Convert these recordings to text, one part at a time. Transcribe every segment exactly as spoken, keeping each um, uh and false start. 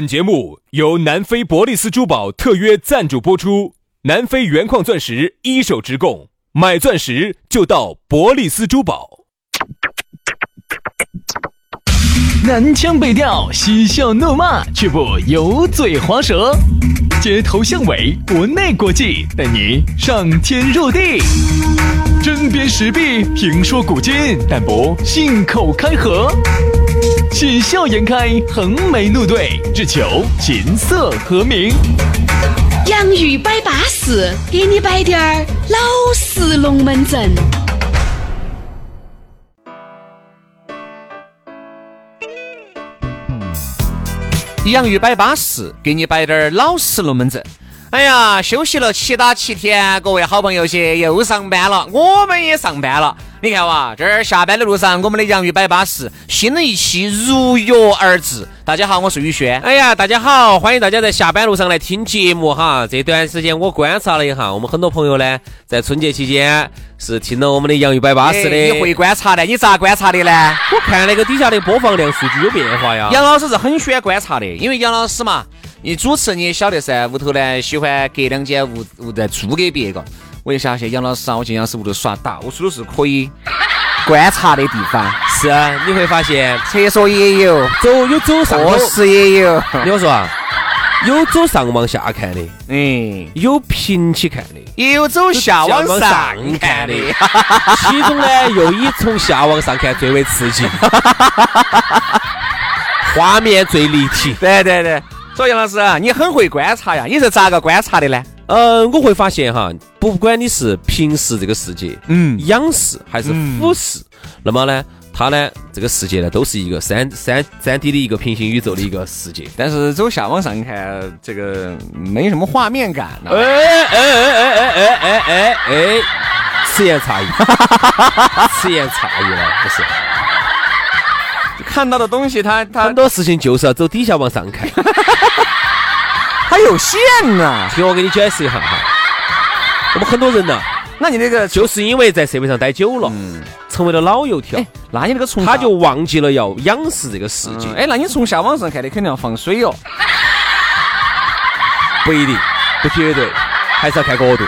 本节目由南非伯利斯珠宝特约赞助播出，南非原矿钻石一手直供，买钻石就到伯利斯珠宝。 南腔北调，嬉笑怒骂，却不油嘴滑舌，街头巷尾，国内国际，带你上天入地，针砭时弊，评说古今，但不信口开河，喜笑颜开，横眉怒对，只求琴瑟和鸣。 洋芋摆巴士，给你摆点儿老式龙门阵。 洋芋摆巴士，给你摆点儿老实龙门阵。哎呀，休息了七打七天，各位好朋友些又上班了，我们也上班了。你看哇，这儿下班的路上，我们的洋芋摆巴士新的一期如约而至。大家好，我是宇轩。 哎呀，大家好，欢迎大家在下班路上来听节目哈。这段时间我观察了一下，我们很多朋友呢，在春节期间是听了我们的洋芋摆巴士的。 你会观察的？你咋观察的呢？ 我看那个底下的播放量数据有变化呀。 杨老师是很喜欢观察的，因为杨老师嘛，你主持你也晓得噻，屋头呢喜欢隔两间屋屋再租给别个。我就想些杨老师啊，我进杨老师屋头耍，到处都是可以观察的地方。 是啊，你会发现厕所也有， 走有走上卧室也有。 你我说啊，有走上往下看的， 嗯， 有平起看的， 也有走下往上看的。 其中呢，又以从下往上看最为刺激，画面最立体。 对对对，所以杨老师啊，你很会观察呀，你是咋个观察的呢？ 呃，我会发现哈，不管你是平视这个世界，嗯，仰视还是俯视，嗯、那么呢，它呢这个世界呢都是一个三三三 D 的一个平行宇宙的一个世界。 但是走下往上看，这个没什么画面感呢、啊。 哎哎哎哎哎哎哎哎，此言差异，此言差异了，不是？ 看到的东西它，它很多事情就是要走底下往上看。 它有限啊！ 听我给你解释一下哈，我们很多人呢、啊， 那你那个就是因为在社会上待久了，嗯，成为了老油条， 那你那个从他就忘记了要仰视这个世界。 哎、嗯，那你从下往上看的肯定要放水哦， 不一定，不绝对，还是要看角度。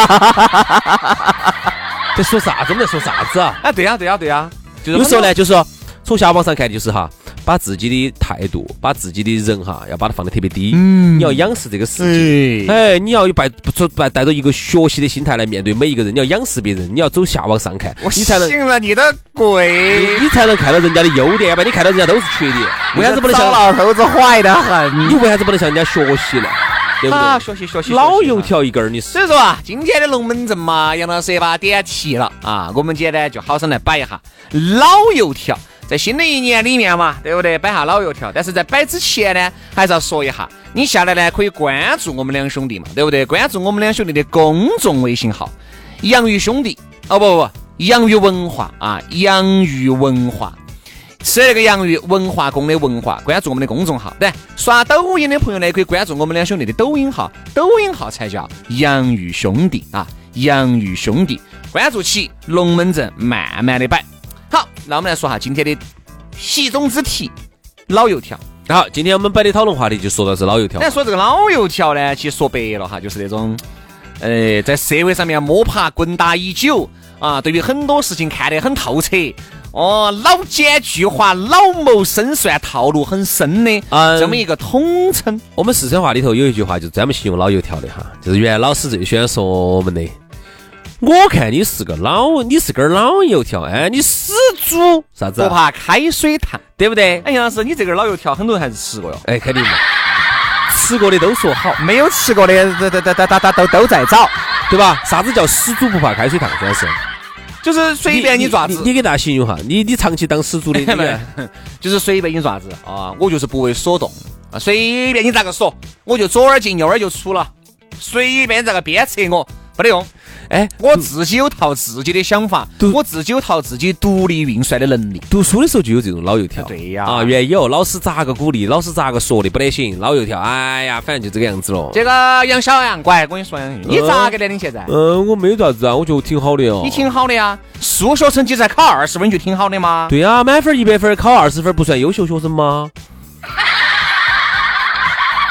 在说啥子？我们在说啥子啊？ 啊，对呀、啊，对呀、啊，对呀、啊。 有时候呢，就是说从下往上看，就是哈。把自己的态度，把自己的人哈，要把它放得特别低。嗯，你要仰视这个世界。哎，你要带带带着一个学习的心态来面对每一个人。你要仰视别人，你要走下往上看， 我你才能信了你的鬼， 你, 你才能看到人家的优点，要不然你看到人家都是缺点。为啥子不能像老头子坏得很？ 你为啥子不能向人家学习呢？对不对？ 啊，学习学习， 老油条一根儿，你所以说啊，今天的龙门阵嘛，杨老师也把点题了啊。我们今天呢就好生来摆一下老油条。在新的一年里面嘛，对不对？摆下老油条，但是在摆之前呢，还是要说一下，你下来呢可以关注我们两兄弟嘛，对不对？关注我们两兄弟的公众微信号“洋芋兄弟”，哦不不不，洋芋文化啊，洋芋文化，是那个洋芋文化宫的文化。关注我们的公众号，对，刷抖音的朋友呢可以关注我们两兄弟的抖音号，抖音号才叫洋芋兄弟啊，洋芋兄弟，关注起龙门阵，慢慢的摆。好，那我们来说下今天的习中之题，老油条。 好，今天我们摆的讨论话题就说到是老油条。 但说这个老油条呢，其实说白了哈，就是那种，呃，在社会上面摸爬滚打已久啊，对于很多事情看得很透彻，哦，老奸巨猾、老谋深算、套路很深的、嗯、这么一个统称。 我们四川话里头有一句话就专门形容老油条的哈，就是袁老师最喜欢说我们的。我看你是个老，你是根老油条，哎，你死猪啥子、啊？ 不怕开水烫， 对不对？ 哎，杨老师，你这根老油条，很多人还是吃过哟。 哎，肯定的，吃过的都说好， 没有吃过的，都都都都都都都在找， 对吧？啥子叫死猪不怕开水烫？主要是， 就是随便你爪子。 你, 你, 你给大家形容哈，你你长期当死猪的， 就是随便你爪子啊，我就是不为所动啊，随便你咋个说，我就左耳进右耳就出了，随便咋个鞭策我，没得用。哎，我自己有套自己的想法，我自己有套自己独立运算的能力。 读书的时候就有这种老油条， 对呀， 啊，原有老师咋个鼓励，老师咋个说的不得行，老油条，哎呀，反正就这个样子咯。 这个杨小杨，乖，我跟你说，你咋个的？你现在？ 嗯、呃，我没有啥子啊，我觉得挺好的哦。 你挺好的呀，数学成绩才考二十分就挺好的吗？ 对呀、啊，满分一百分考二十分不算优秀学生吗？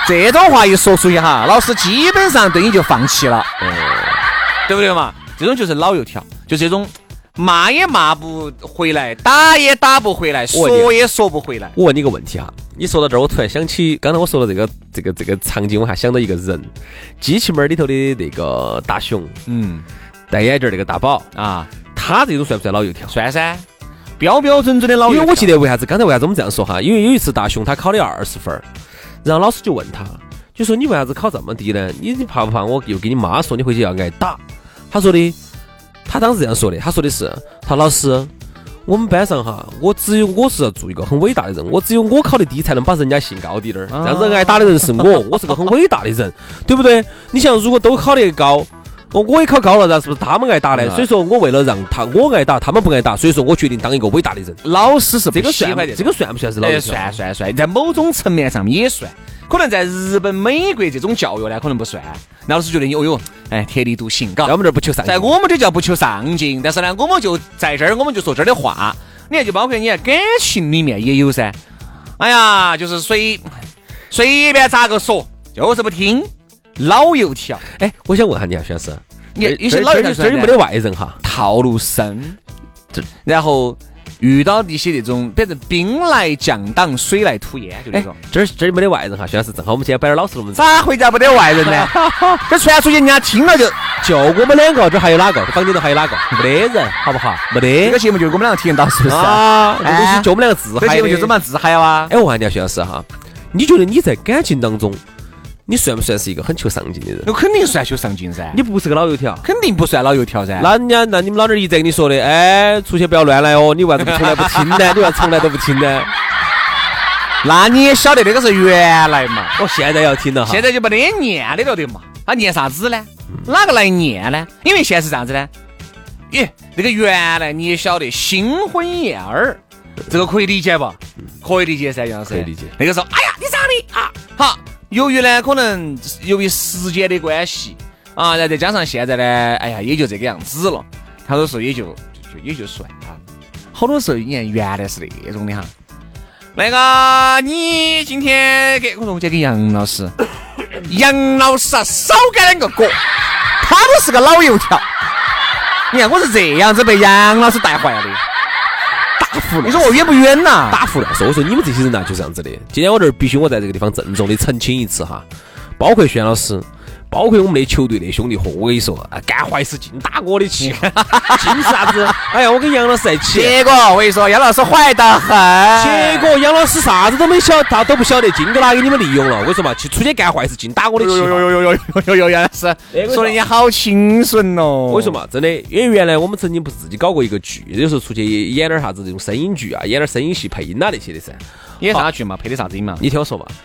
这种话一说出去哈，老师基本上对你就放弃了，嗯，对不对嘛？这种就是老油条，就这种骂也骂不回来，打也打不回来，说也说不回来。 我问你个问题哈，你说到这儿，我突然想起刚才我说的这个这个这个场景，我还想到一个人，机器猫里头的那个大熊， 嗯， 戴眼镜那个大宝啊， 他这种算不算老油条？ 算噻，标标准准的老油条。 因为我记得为啥子刚才为啥子我们这样说哈？因为有一次大熊他考了二十分，然后老师就问他，就说你为啥子考这么低呢？你你怕不怕我又给你妈说你回去要挨打？他说的，他当时这样说的，他说的是，他老师，我们班上哈，我只有我是要做一个很伟大的人，我只有我考得低才能把人家兴高低点儿，这样子挨打的人是我，我是个很伟大的人，对不对？你想，如果都考得高，我我也考高了，然后是不是他们挨打呢？所以说我为了让他我挨打，他们不挨打，所以说我决定当一个伟大的人。 老师是这个算这个算不算是老油条？ 算算算，在某种层面上面也算。可能在日本、美国这种教育呢，可能不算。老师觉得你哦哟，哎，特立独行，嘎。 在我们这儿不求上进， 在我们这叫不求上进。但是呢，我们就在这儿，我们就说这儿的话。你看，就包括你看感情里面也有噻。哎呀，就是随随便咋个说，就是不听，老油条。 哎，我想问下你啊，徐老师， 你有些老油条这儿没得外人哈， 套路深，然后。遇到一些那种，比如兵来将挡，水来土掩，就那种。 这儿这儿没得外人哈，徐老师，正好我们今天摆点老实龙门阵。 咋回家没得外人呢？这传出去，人家听了就就我们两个，这还有哪个？房间头还有哪个？没得人，好不好？没得。 这个节目就是我们两个体验到，是不是？ 啊，就是就我们两个自嗨。 这节目就这么自嗨啊！ 哎，我问你啊，徐老师哈，你觉得你在感情当中？你算不算是一个很求上进的人？ 我肯定算求上进噻。 你不是个老油条， 肯定不算老油条噻。 那人家那你们老弟儿一再跟你说的，哎，出去不要乱来哦，你为啥子从来不听呢？你为啥从来都不听呢？ 那你也晓得那个是原来嘛。 我现在要听了哈。 现在就没得念的了的嘛。他念啥子呢？哪个来念呢？因为现在是这样子呢。耶，那个原来你也晓得新婚燕尔，这个可以理解吧？可以理解噻，杨老师。 可以理解。 那个时候，哎呀，你咋的啊？好。由于呢，可能由于时间的关系啊，然后再加上现在呢，哎呀，也就这个样子了。好多时候也就就也就算了。好多时候，你看原来是那种的哈。那个，你今天给我说，我今天给杨老师，杨老师啊，少改两个锅，他都是个老油条。你看我是这样子被杨老师带坏的。你说我冤不冤呐？ 打胡乱说，我说你们这些人呐、啊、就这样子的。今天我这儿必须我在这个地方郑重的澄清一次哈，包括轩老师，包括我们的球队的兄弟伙，我跟你说啊，干坏事尽打我的气，尽是啥子？哎呀，我跟杨老师在一起， 结果我跟你说，杨老师坏得很。 结果杨老师啥子都没晓，他都不晓得，尽都拿给你们利用了。我跟你说嘛，去出去干坏事尽打我的气。 有有有有有有有杨老师说的人家好清纯哦。 我跟你说嘛，真的，因为原来我们曾经不是自己搞过一个剧，有时候出去演点啥子这种声音剧啊，演点声音戏配音啊那些的噻。 演啥剧嘛？配的啥子音嘛？ 你听我说嘛。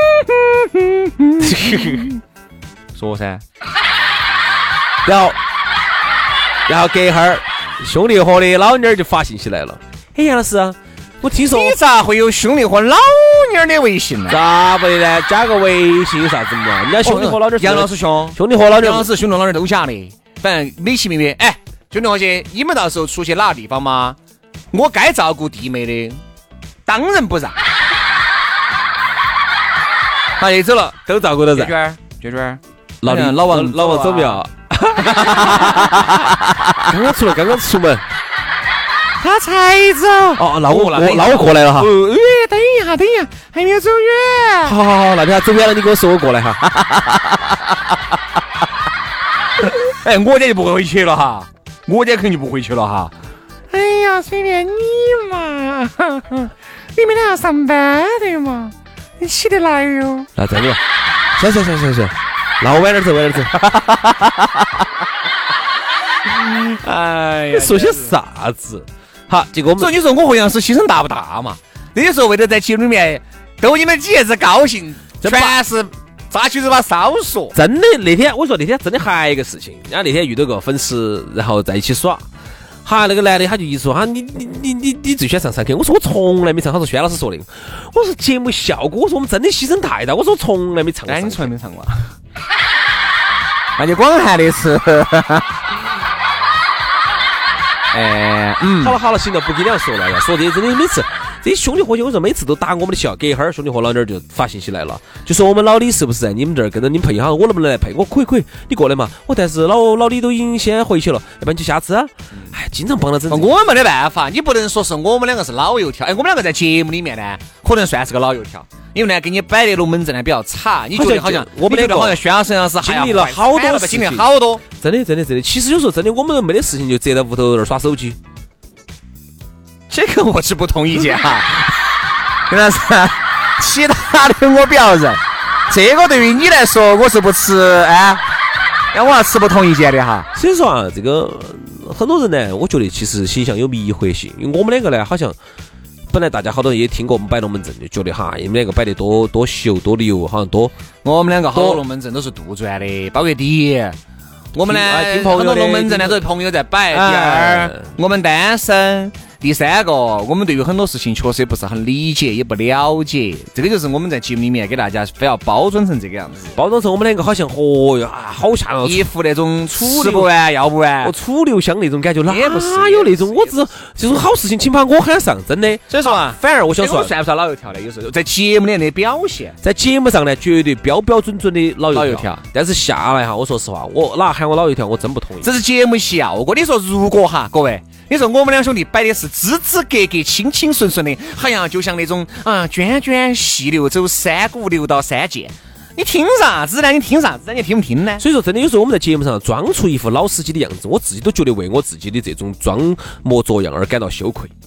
说噻。 然后，然后隔一会儿，兄弟伙的老妞儿就发信息来了。哎，杨老师，我听说你咋会有兄弟伙老妞儿的微信呢？ 咋不的呢？加个微信有啥子嘛？人家兄弟伙老妞儿， 杨老师兄， 兄弟伙老妞儿， 杨老师兄弟老妞儿都假的。反正美其名曰，哎，兄弟伙些，你们到时候出去哪个地方嘛？我该照顾弟妹的，当仁不让。好，也走了， 都照顾得在。娟娟，娟娟。 老李老王老王走不了，刚刚出来，刚刚出门， 他才走。 哦，那我那我过来了哈。 哎，等一下，等一下，还没有走远。 好好好，那天走远了，你给我说我过来哈。 哎，我家就不会回去了哈，我家肯定就不回去了哈。哎呀，随便你嘛，你们俩上班的嘛，你起得来哟。 那这样吧。行行行行行，那我晚点走，晚点走。 哎呀， 你说些啥子？好，结果我们所以你说我和杨师牺牲大不大嘛？那些时候为了在节目里面逗你们几爷子高兴，全是扎起嘴巴少说。 真的，那天我说那天真的还有一个事情，然后那天遇到个粉丝，然后在一起耍。哈，那个男的他就一说哈，你你你你你最喜欢上上课？我说我从来没唱。他说轩老师说的。我说节目效果，我说我们真的牺牲太大。我说我从来没唱过。 哎，你从来没唱过？那就光喊的是。哎， 嗯，好了好了，行了，不跟你要说了，要说这些真的每次这些兄弟伙，我说每次都打我们的笑，隔一会儿兄弟伙老娘就发信息来了，就说我们老李是不是在你们这儿跟着你配一下，我能不能来配？我可以可以，你过来嘛。我但是老老李都已经先回去了，要不然就下次。哎，经常帮他整。 我们没得办法，你不能说是我们两个是老油条。哎，我们两个在节目里面呢，可能算是个老油条，因为呢给你摆的龙门阵呢比较差，你觉得好像我们觉得好像宣老师老师经历了好多事情， 经历好多， 真的真的真的。其实有时候真的我们没得事情就宅在屋头那儿耍手机。 这个我是不同意见哈，真的是，其他的我不要认，这个对于你来说我是不吃哎，那我要持不同意见的哈。 所以说啊，这个很多人呢，我觉得其实形象有迷惑性，因为我们两个呢，好像本来大家好多人也听过我们摆龙门阵，就觉得哈，你们两个摆得多多秀多牛，好像多。 我们两个好多龙门阵都是杜撰的，包括第一。我们呢， 很多龙门阵呢都是朋友在摆。第二，我们单身。第三个，我们对于很多事情确实不是很理解，也不了解，这个就是我们在节目里面给大家非要包装成这个样子， 包装成我们两个好像哦哟啊，好吓人， 一副那种吃不完要不完， 我楚留香那种感觉，哪也不是有那种，我只这种好事情，请把我喊上，真的。 所以说啊， 反而我想说， 算不算老油条呢？有时候在节目里的表现， 在节目上呢，绝对标标准准的老油条， 老油条。 但是下来哈，我说实话，我哪喊我老油条，我真不同意。 这是节目效果。你说如果哈，各位。你说我们两兄弟摆的是支支格格、清清顺顺的，好像就像那种啊涓涓细流走，山谷流到山涧。你听啥子呢？你听啥子呢？你听不听呢？ 所以说，真的有时候我们在节目上装出一副老司机的样子，我自己都觉得为我自己的这种装模作样而感到羞愧。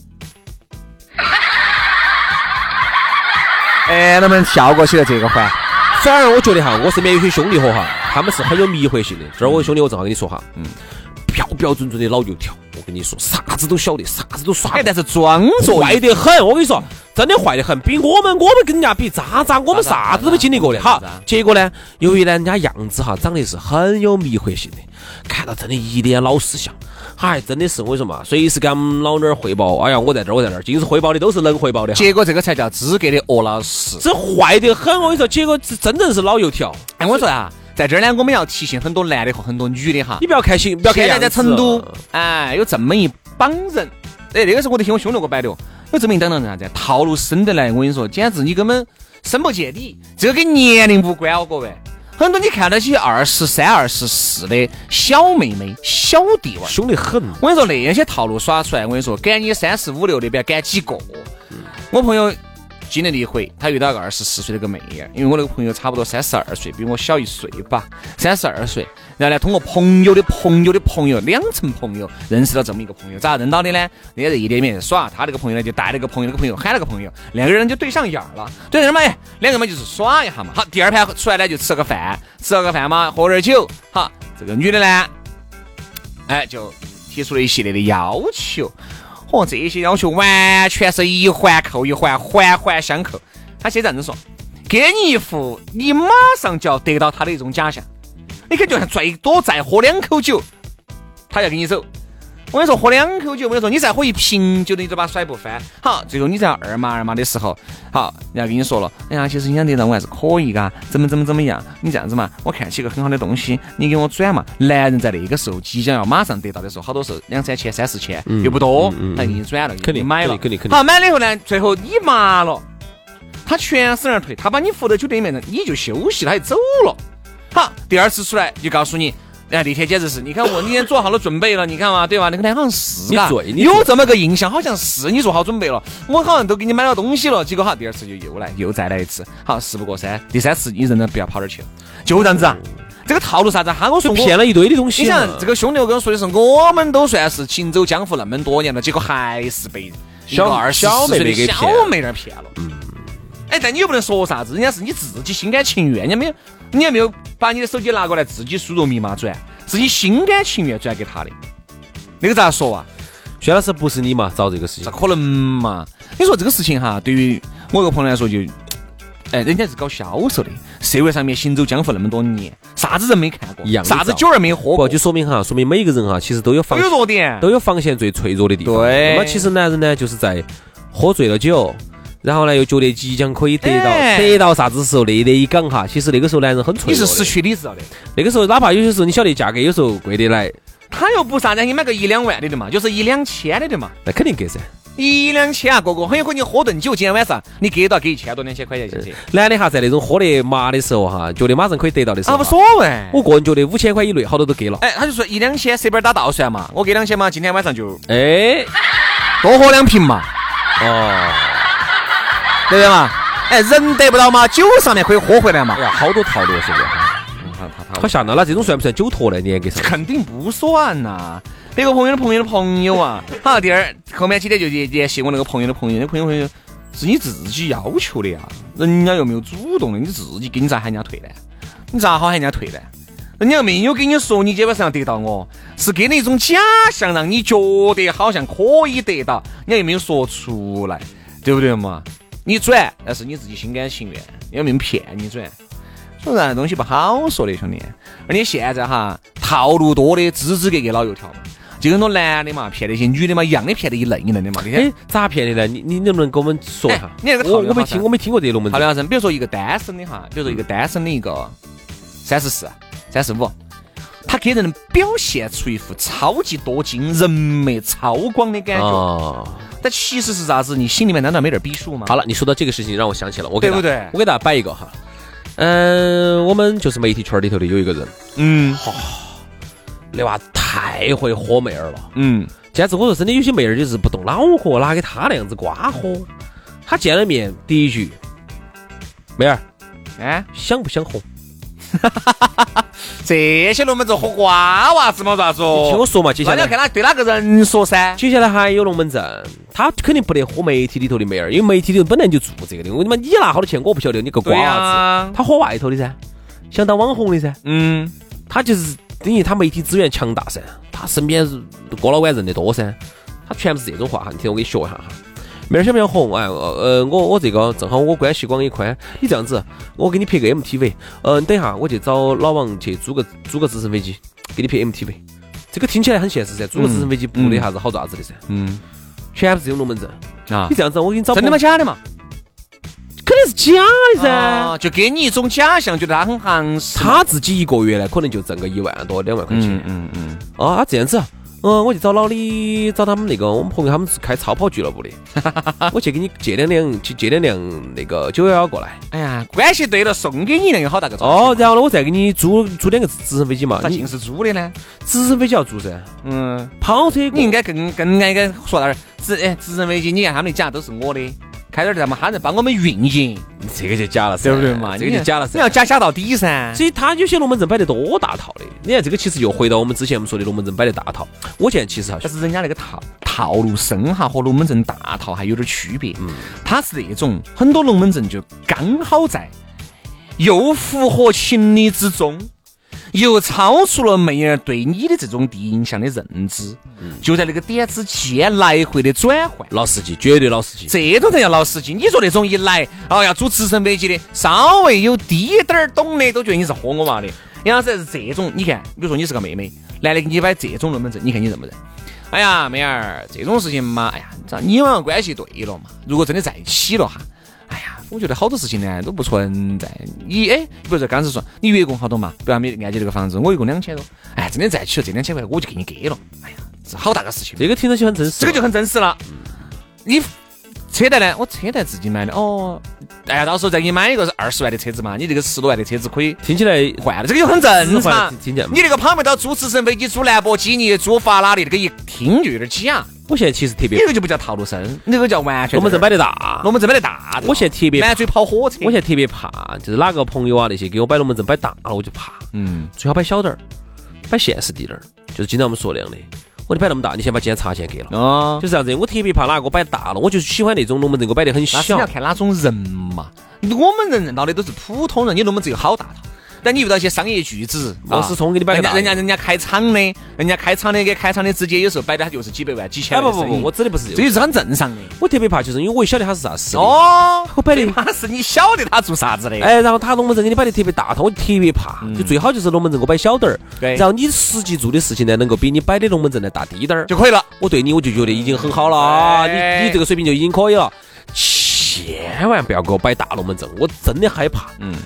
哎，能不能跳过去了这个环？ 反而我觉得哈，我身边有些兄弟伙哈，他们是很有迷惑性的。这儿我兄弟，我正好跟你说哈，嗯。标标准准的老油条，我跟你说，啥子都晓得，啥子都耍， 但是装作坏得很。我跟你说，真的坏得很，比我们我们跟人家比渣渣，我们啥子都没经历过的。好，结果呢，由于呢人家样子哈长得是很有迷惑性的，看到真的一脸老识相，嗨，真的是我跟你说嘛，随时给我们老娘汇报，哎呀，我在这儿，我在这儿，尽是汇报的都是能汇报的。 结果这个才叫资格的鹅老师， 这坏得很。我跟你说，结果真正是老油条。 哎，我说啊。在这儿呢，我们要提醒很多男的和很多女的哈， 你不要开心，不要看样子。 现在在成都，哎，有这么一帮人，哎，那个是我的听我兄弟给我摆的，有这么一帮人啥子，套路深得来，我跟你说，简直你根本深不见底。这个跟年龄无关哦，各位。很多你看到些二十三、二十四的小妹妹、小弟娃， 凶得很。 我跟你说，那些套路耍出来，我跟你说，赶你三十五六的，不要赶几个。嗯、我朋友。经历了一回，他遇到个二十四岁的个妹儿，因为我那个朋友差不多三十二岁，比我小一岁吧，三十二岁。然后呢，通过朋友的朋友的朋友，两层朋友认识了这么一个朋友，咋认到的呢？那在夜店里面耍，他那个朋友呢就带了个朋友，那个朋友喊了个朋友，两个人就对上眼了。对上嘛，哎，两个嘛就是耍一下嘛。好，第二盘出来呢就吃个饭，吃了个饭嘛，喝点酒。好，这个女的呢，哎，就提出了一系列的要求。哦，这些要求完全是一环扣一环，环环相扣。他现在这样子说，给你一副你马上就要得到他的一种假象，你可就像最多再喝两口酒，他要跟你走。我跟你说，喝两口酒，我跟你说，你再喝一瓶酒，你就把甩不翻。好，最后你在二麻二麻的时候，好，人家跟你说了，哎呀，其实你想得到我还是可以嘎，怎么怎么怎么样？你这样子嘛，我看起个很好的东西，你给我转嘛。男人在那个时候即将要马上得到的时候，好多时候两三千、三四千、嗯、又不多，嗯嗯、他给你转了， 肯定买了， 肯定肯定。 好，买了以后呢，最后你麻了，他全身而退，他把你扶到酒店里面，你就休息了，他就走了。好，第二次出来就告诉你。哎，那天简直是，你看我那天做好了准备了，你看嘛，对吧？那个天好像是啊，有这么个印象，好像是你做好准备了，我好像都给你买了东西了，结果哈，第二次就又来，又再来一次，好，事不过三，第三次你人呢不要跑哪儿去了，就这样子啊。这个套路啥子？他跟我说骗了一堆的东西。 你想，这个兄弟我跟我说的是，我们都算是行走江湖那么多年了，结果还是被小二十四岁的小妹儿骗了。嗯。哎，但你又不能说啥子，人家是你自己心甘情愿，人家没有，你也没有把你的手机拿过来自己输入密码转，是你心甘情愿转给他的，那个咋说啊？ 薛老师不是你嘛？找这个事情， 咋可能嘛？你说这个事情哈，对于我一个朋友来说就，哎，人家是搞销售的，社会上面行走江湖那么多年，啥子人没看过，啥子酒儿没喝过， 就说明哈，说明每一个人哈，其实都有防都有弱点， 都有防线最脆弱的地方。 对， 那么其实男人呢，就是在喝醉了酒。然后呢，又觉得即将可以得到、哎、得到啥子时候，那那一港哈，其实那个时候男人很脆弱， 你是失去理智了的。 那个时候，哪怕有些时候你晓得价格有时候贵得来， 他又不啥让你买个一两万的的嘛，就是一两千的的嘛， 那肯定给噻。 一两千啊，哥哥，很有可能你喝顿酒，今天晚上你给到给一千多两千块钱进去。 男的哈，在那种喝得麻的时候哈，觉得马上可以得到的时候， 啊，无所谓。 我个人觉得五千块以内好多都给了。 哎，他就说一两千随便打倒算嘛，我给两千嘛，今天晚上就哎多喝两瓶嘛， 哦， 对不对嘛？哎，人得不到嘛，酒上面可以喝回来嘛。 哎呀，好多套路是不是？好吓人了，这种算不算酒托呢？你也给上？ 肯定不算呐。那个朋友的朋友的朋友啊，好，第二后面几天就联系我那个朋友的朋友，那朋友朋友是你自己要求的呀，人家又没有主动的，你自己给你咋喊人家退呢？你咋好喊人家退呢？人家又没有跟你说你今晚上要得到我，是给你一种假象，让你觉得好像可以得到，人家又没有说出来，对不对嘛？你转，但是你自己心甘情愿，又没有骗你转。所以这东西不好说的，兄弟。而且现在哈套路多的，支支格格老油条嘛，就很多男的嘛骗那些女的嘛，一样的骗得一愣一愣的嘛。那天咋骗的呢？你你能不能给我们说一下？ 你那个我我没听，我没听过这个龙门阵。 好的，比如说一个单身的哈，比如说一个单身的一个三十四、三十五，他给人表现出一副超级多金、人脉超广的感觉。哦，但其实是啥子？你心里面难道没点逼数吗？ 好了，你说到这个事情，让我想起了，我给对不对？ 我给大家摆一个哈。嗯，我们就是媒体圈里头的有一个人， 嗯， 哈、哦，那娃太会喝妹儿了， 嗯， 简直我说真的，有些妹儿就是不动脑壳，哪给他那样子瓜喝？他见了面第一句，妹儿， 哎， 想不想喝？ 这些龙门阵喝瓜娃子嘛，咋说？ 听我说嘛，接下来你要看他对哪个人说噻。 接下来还有龙门阵，他肯定不得喝媒体里头的妹儿，因为媒体里头本来就做这个的。我他妈你拿好多钱，我不晓得，你个瓜子。 啊、 他喝外头的噻，想当网红的噻。 嗯， 他就是等于他媒体资源强大噻，他身边哥老倌认得多噻，他全部是这种话哈。你听我给你学一下哈。妹儿想不想红？哎，呃，我我这个正好我关系广也宽，你这样子，我给你拍个 M T V， 嗯、呃，等一下我去找老王去租个租个直升飞机，给你拍 M T V。这个听起来很现实噻，租个直升飞机不得啥子好爪子的噻，嗯，全部是这种龙门阵啊。你这样子，我给你找真的吗？假的嘛？ 肯定是假的噻、啊， 就给你一种假象，觉得他很行实。 他自己一个月呢，可能就挣个一万多两万块钱， 嗯嗯嗯，啊，这样子。嗯，我去找老李，找他们那个我们朋友，他们是开超跑俱乐部的，我去给你借两辆，去借两辆那个九幺幺过来。 哎呀，关系对了，送给你那个好大个哦，然后呢，我再给你租租两个直升飞机嘛。 咋尽是租的呢？ 直升飞机要租噻。嗯，跑车你应该更更应该说那儿直哎直升飞机，你看他们的假都是我的。开点儿他们喊人帮我们运营， 这个就假了， 对不对嘛？ 这个就假了， 你要假假到底噻。 所以他有些龙门阵摆得多大套的，你看这个其实又回到我们之前我们说的龙门阵摆的大套。我现在其实哈， 但是人家那个套套路深哈和龙门阵大套还有点区别。嗯，他是那种很多龙门阵就刚好在又符合情理之中，又超出了妹儿对你的这种第一印象的认知，嗯、就在那个点之间来回的转换。 老司机，绝对老司机， 这种才叫老司机。你说那种一来哦要租直升飞机的，稍微有低点儿懂的，都觉得你是喝我娃的。要是这种，你看，比如说你是个妹妹，来来给你摆这种龙门阵，你看你认不认？哎呀，妹儿，这种事情嘛，哎呀，你们关系对了嘛。如果真的在一起了哈。哎呀，我觉得好多事情呢都不存在。你哎，比如说刚才说你月供好多嘛，比如你按揭这个房子，我月供两千多，哎，真的在一起了，这两千块我就给你给了。哎呀，这好大个事情， 这个听上去很真实， 这个就很真实了。你车贷呢？我车贷自己买的哦。哎呀，到时候再给你买一个二十万的车子嘛，你这个十多万的车子可以听起来换了，这个就很正常。 听起来你这个旁边到租直升飞机、租兰博基尼、租法拉利，这个一听就有点假。 我现在其实特别， 这个就不叫套路深，那个叫完全龙门阵摆得大， 龙门阵摆得大。 我现在特别满嘴跑火车， 我现在特别怕，就是哪个朋友啊那些给我摆龙门阵摆大了，我就怕。嗯，最好摆小点儿，摆现实滴点儿，就是经常我们说那样的。我就摆那么大，你先把检查钱给了，哦，就是这样子。我特别怕哪个我摆大了，我就喜欢那种龙门阵给我摆得很小。 那是你要看哪种人嘛，我们人认到的都是普通人，你龙门阵有好大套。但你遇到一些商业巨子， 王思聪给你摆个大， 人家人家开厂的，人家开厂的跟开厂的之间有时候摆的他就是几百万、几千万。 不不不，我指的不是这个， 这是很正常的。 我特别怕，就是因为我也晓得他是啥事。 哦，我摆的他是你晓得他做啥子的。 哎，然后他龙门阵给你摆的特别大套，我就特别怕。就最好就是龙门阵给我摆小点儿， 对。 然后你实际做的事情呢，能够比你摆的龙门阵呢大滴点儿就可以了。 我对你我就觉得已经很好了，你你这个水平就已经可以了。千万不要给我摆大龙门阵，我真的害怕。嗯。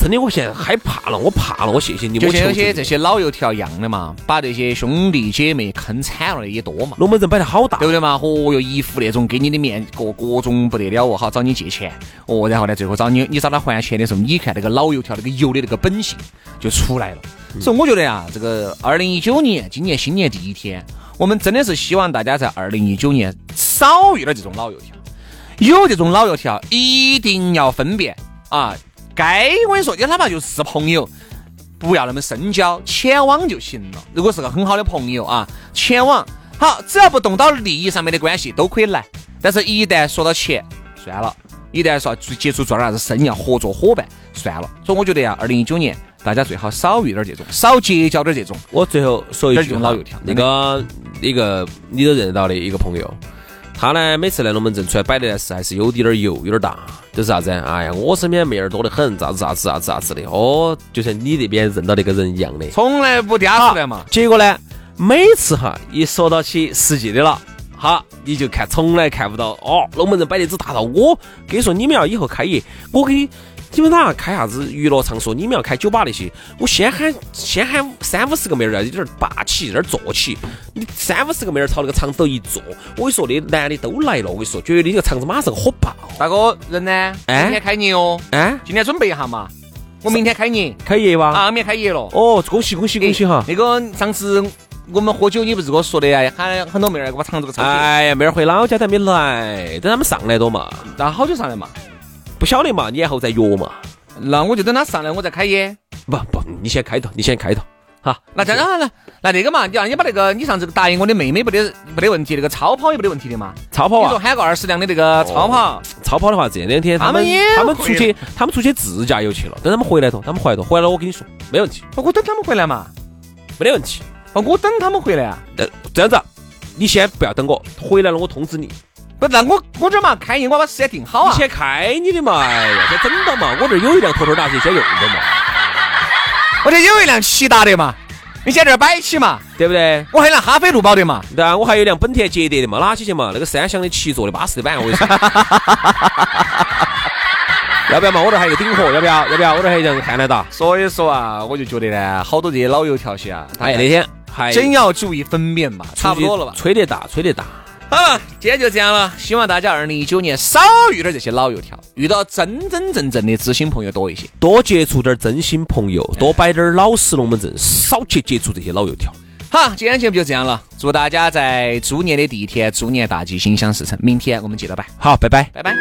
真的，我现在害怕了，我怕了，我谢谢你。 就像有些些这些老油条一样的嘛，把这些兄弟姐妹坑惨了的也多嘛。 龙门阵摆得好大， 对不对嘛？哦哟，一副那种给你的面各各种不得了哦，好找你借钱哦，然后呢，最后找你你找他还钱的时候，你看那个老油条那个油的那个本性就出来了。嗯、所以我觉得啊，这个二零一九年今年新年第一天，我们真的是希望大家在二零一九年少遇到这种老油条，有这种老油条一定要分辨啊。该我跟你说，你哪怕就是朋友，不要那么深交，前往就行了。如果是个很好的朋友啊，前往好，只要不动到利益上面的关系都可以来。但是，一旦说到钱，算了；一旦说接触做点啥子生意啊，合作伙伴，算了。所以我觉得呀，二零一九年大家最好少遇点这种，少结交点这种。 我最后说一句， 老油条， 那个一个你都认得到的一个朋友。他呢，每次来龙门阵出来摆的是还是有点油，有点大，就是啥子？哎呀，我身边妹儿多得很，咋子咋子咋子咋子的。哦，就像你这边认到那个人一样的， 从来不嗲出来嘛。 结果呢，每次哈一说到起实际的了，哈，你就看从来看不到哦，龙门阵摆的只大到我跟你说，你们要以后开业，我给你们哪开啥子娱乐场所？你们要开酒吧那些，我先喊先喊三五十个妹儿，有点霸气，有点坐起。你三五十个妹儿朝那个场子一坐，我跟你说，那男的都来了。我跟你说，觉得你这个场子马上火爆。 大哥，人呢？今天开业哦。哎，今天准备一下嘛。我明天开业， 开业哇？ 啊，明天开业了。 哦，恭喜恭喜恭喜哈！ 那个上次我们喝酒，你不是跟我说的呀？喊很多妹儿来给我尝这个场子。 哎呀，妹儿回老家都没来，等他们上来多嘛。 那好久上来嘛？ 不晓得嘛，你以后再约嘛。 那我就等他上来，我再开业。 不不，你先开头，你先开头。哈， 那这样那那那个嘛，你你把那个你上次答应我的妹妹不得不得问题，那个超跑也不得问题的嘛。 超跑啊！ 你说喊个二十辆的那个超跑， 哦、超跑的话，这两天他们他们出去他们出去自驾游去了。等他们回来头，他们回来头回来了，我跟你说没问题。 我等他们回来嘛， 没得问题。 我等他们回来啊。 呃，这样子，你先不要等我，回来了我通知你。 不，那我我这嘛开业，我把时间定好啊。 你先开你的嘛，哎呀，先等到嘛。我这有一辆拖拖大车先用的嘛。 我这有一辆骐达的嘛，你先这摆起嘛， 对不对？ 我还有辆哈飞路宝的嘛， 对啊，我还有一辆本田捷德的嘛，拿起去嘛，那个三厢的七座的巴适的版，我跟你说。要不要嘛？我这还有个顶盒，要不要？要不要？我这还有一辆汉兰达。 所以说啊，我就觉得呢，好多这些老油条些啊， 哎，那天还真要注意分辨吧，差不多了吧？ 吹得大，吹得大。 好了，今天就这样了。希望大家二零一九年少遇点这些老油条，遇到真真正正的知心朋友多一些， 多接触点真心朋友，多摆点老实龙门阵，少去接触这些老油条。 好，今天节目就这样了。祝大家在猪年的第一天，猪年大吉，心想事成。明天我们接着摆。 好，拜拜， 拜拜。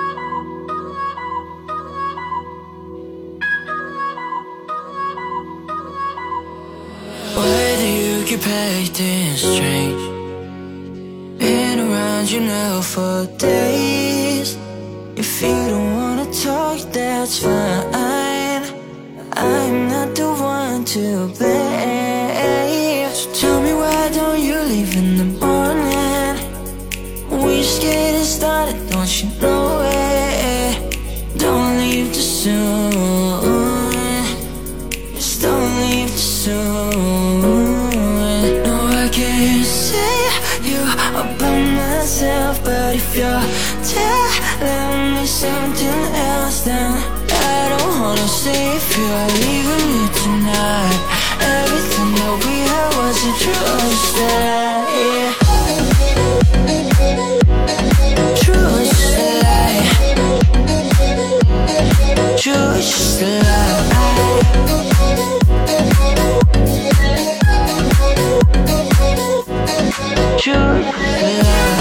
Been around you now for days. If you don't wanna talk, that's fine. I'm not the one to blame. So tell me, why don't you leave in the morning? We just getting started, don't you know it? Don't leave too soon. Just don't leave too soon. No, I can't say you about myself, but if you're telling me something else, then I don't wanna say if you're leaving me tonight. Everything that we had was a true lie. True lie. True lie. True lie.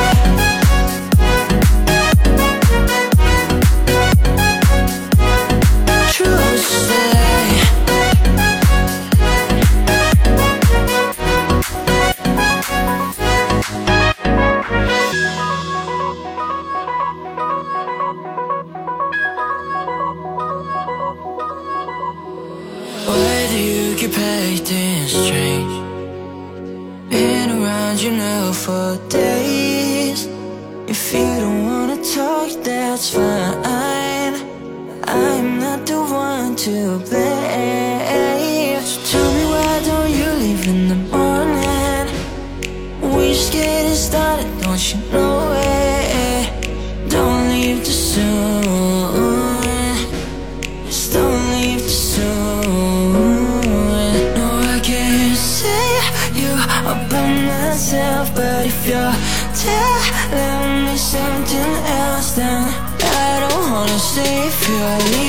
Why do you keep acting strange? Been around you now for days. If you don't wanna talk, that's fine. I'm not the one to blame. So tell me, why don't you leave in the morning? We just getting started, don't you know it? Don't leave too soon. Just don't say if you're leaving